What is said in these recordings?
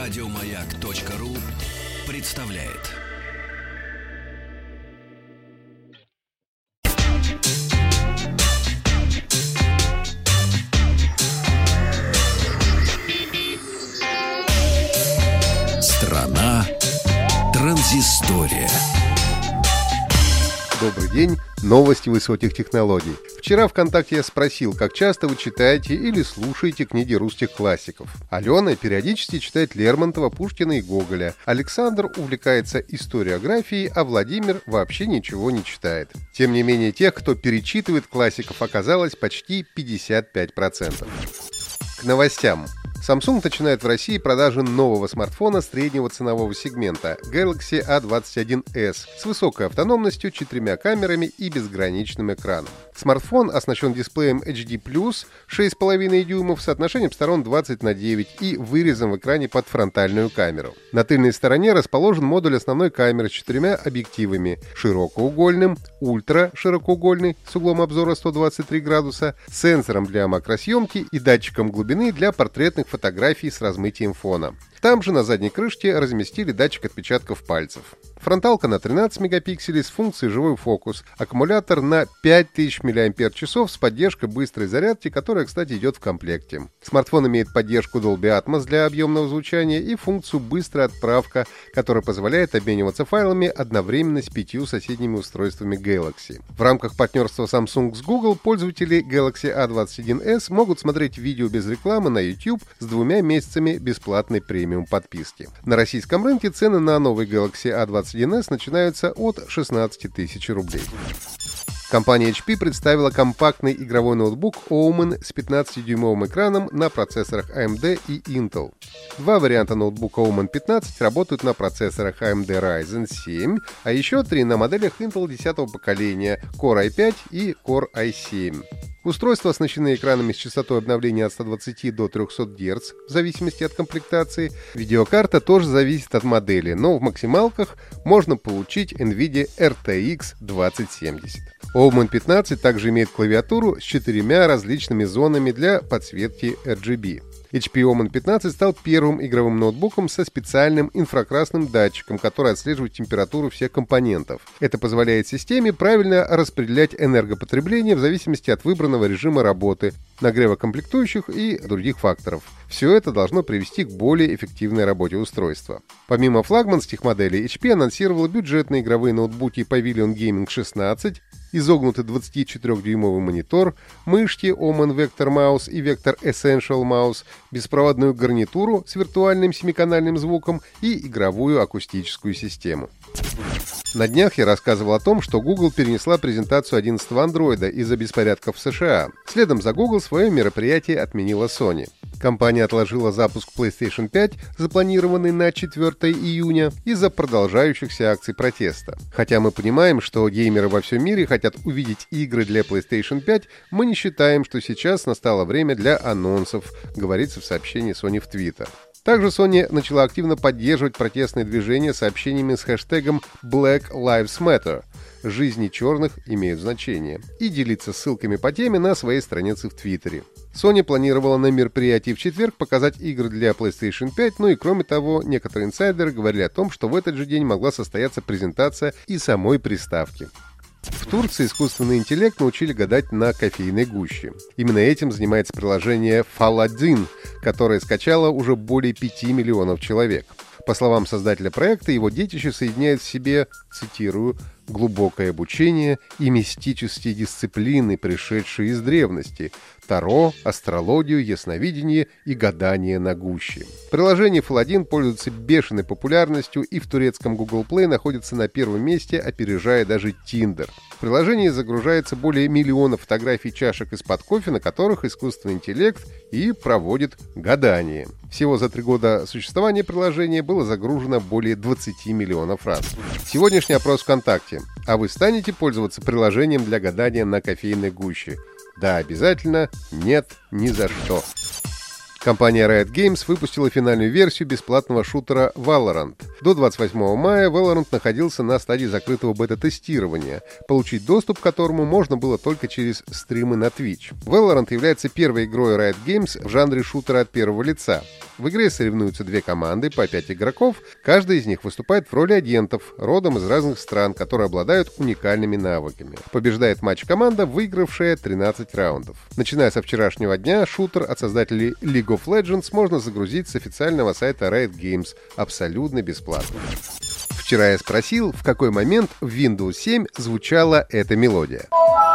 Радиомаяк.ру представляет. Страна транзистория. Добрый день. Новости высоких технологий. Вчера ВКонтакте я спросил, как часто вы читаете или слушаете книги русских классиков. Алена периодически читает Лермонтова, Пушкина и Гоголя. Александр увлекается историографией, а Владимир вообще ничего не читает. Тем не менее, тех, кто перечитывает классиков, оказалось почти 55%. К новостям. Samsung начинает в России продажи нового смартфона среднего ценового сегмента Galaxy A21s с высокой автономностью, 4 камерами и безграничным экраном. Смартфон оснащен дисплеем HD+, 6,5 дюймов, соотношением сторон 20:9 и вырезом в экране под фронтальную камеру. На тыльной стороне расположен модуль основной камеры с 4 объективами: широкоугольным, ультра-широкоугольный с углом обзора 123 градуса, сенсором для макросъемки и датчиком глубины для портретных фотографий с размытием фона. Там же на задней крышке разместили датчик отпечатков пальцев. Фронталка на 13 мегапикселей с функцией живой фокус, аккумулятор на 5000 мАч с поддержкой быстрой зарядки, которая, кстати, идет в комплекте. Смартфон имеет поддержку Dolby Atmos для объемного звучания и функцию «Быстрая отправка», которая позволяет обмениваться файлами одновременно с 5 соседними устройствами Galaxy. В рамках партнерства Samsung с Google пользователи Galaxy A21s могут смотреть видео без рекламы на YouTube с 2 месяцами бесплатной премиум подписки. На российском рынке цены на новый Galaxy A21s начинаются от 16 тысяч рублей. Компания HP представила компактный игровой ноутбук Omen с 15-дюймовым экраном на процессорах AMD и Intel. Два варианта ноутбука Omen 15 работают на процессорах AMD Ryzen 7, а еще 3 на моделях Intel 10-го поколения Core i5 и Core i7. Устройства оснащены экранами с частотой обновления от 120 до 300 Гц в зависимости от комплектации. Видеокарта тоже зависит от модели, но в максималках можно получить NVIDIA RTX 2070. Omen 15 также имеет клавиатуру с 4 различными зонами для подсветки RGB. HP Omen 15 стал первым игровым ноутбуком со специальным инфракрасным датчиком, который отслеживает температуру всех компонентов. Это позволяет системе правильно распределять энергопотребление в зависимости от выбранного режима работы, нагрева комплектующих и других факторов. Все это должно привести к более эффективной работе устройства. Помимо флагманских моделей, HP анонсировала бюджетные игровые ноутбуки Pavilion Gaming 16, изогнутый 24-дюймовый монитор, мышки Omen Vector Mouse и Vector Essential Mouse, беспроводную гарнитуру с виртуальным 7-канальным звуком и игровую акустическую систему. На днях я рассказывал о том, что Google перенесла презентацию 11-го андроида из-за беспорядков в США. Следом за Google свое мероприятие отменила Sony. Компания отложила запуск PlayStation 5, запланированный на 4 июня, из-за продолжающихся акций протеста. Хотя мы понимаем, что геймеры во всем мире хотят увидеть игры для PlayStation 5, мы не считаем, что сейчас настало время для анонсов, говорится в сообщении Sony в Twitter. Также Sony начала активно поддерживать протестные движения сообщениями с хэштегом Black Lives Matter «Жизни черных имеют значение» и делиться ссылками по теме на своей странице в Твиттере. Sony планировала на мероприятии в четверг показать игры для PlayStation 5, и кроме того, некоторые инсайдеры говорили о том, что в этот же день могла состояться презентация и самой приставки. В Турции искусственный интеллект научили гадать на кофейной гуще. Именно этим занимается приложение Faladin, которое скачало уже более 5 миллионов человек. По словам создателя проекта, его детище соединяет в себе, цитирую, «глубокое обучение и мистические дисциплины, пришедшие из древности, таро, астрологию, ясновидение и гадание на гуще». Приложение Faladin пользуется бешеной популярностью и в турецком Google Play находится на первом месте, опережая даже Tinder. В приложении загружается более миллиона фотографий чашек из-под кофе, на которых искусственный интеллект и проводит гадание. Всего за 3 года существования приложения было загружено более 20 миллионов раз. Сегодняшний опрос ВКонтакте. А вы станете пользоваться приложением для гадания на кофейной гуще? Да, обязательно. Нет, ни за что. Компания Riot Games выпустила финальную версию бесплатного шутера Valorant. До 28 мая Valorant находился на стадии закрытого бета-тестирования, получить доступ к которому можно было только через стримы на Twitch. Valorant является первой игрой Riot Games в жанре шутера от первого лица. В игре соревнуются две команды по 5 игроков, каждый из них выступает в роли агентов, родом из разных стран, которые обладают уникальными навыками. Побеждает матч команда, выигравшая 13 раундов. Начиная со вчерашнего дня, шутер от создателей League of Legends можно загрузить с официального сайта Riot Games абсолютно бесплатно. Вчера я спросил, в какой момент в Windows 7 звучала эта мелодия.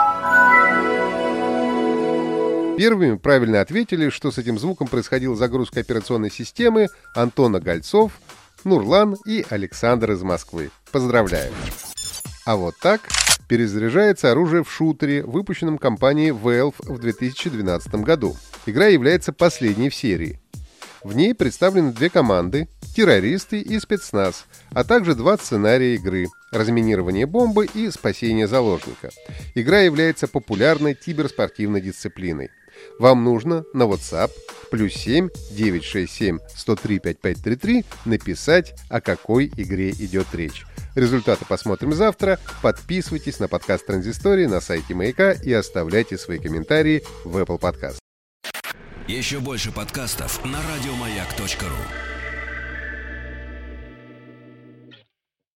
Первыми правильно ответили, что с этим звуком происходила загрузка операционной системы Антона Гольцов, Нурлан и Александр из Москвы. Поздравляю! А вот так перезаряжается оружие в шутере, выпущенном компанией Valve в 2012 году. Игра является последней в серии. В ней представлены две команды — террористы и спецназ, а также два сценария игры — разминирование бомбы и спасение заложника. Игра является популярной киберспортивной дисциплиной. Вам нужно на WhatsApp +7 967 103 5533 написать, о какой игре идет речь. Результаты посмотрим завтра. Подписывайтесь на подкаст Транзистории на сайте Маяка и оставляйте свои комментарии в Apple Podcast. Еще больше подкастов на радиомаяк.ру.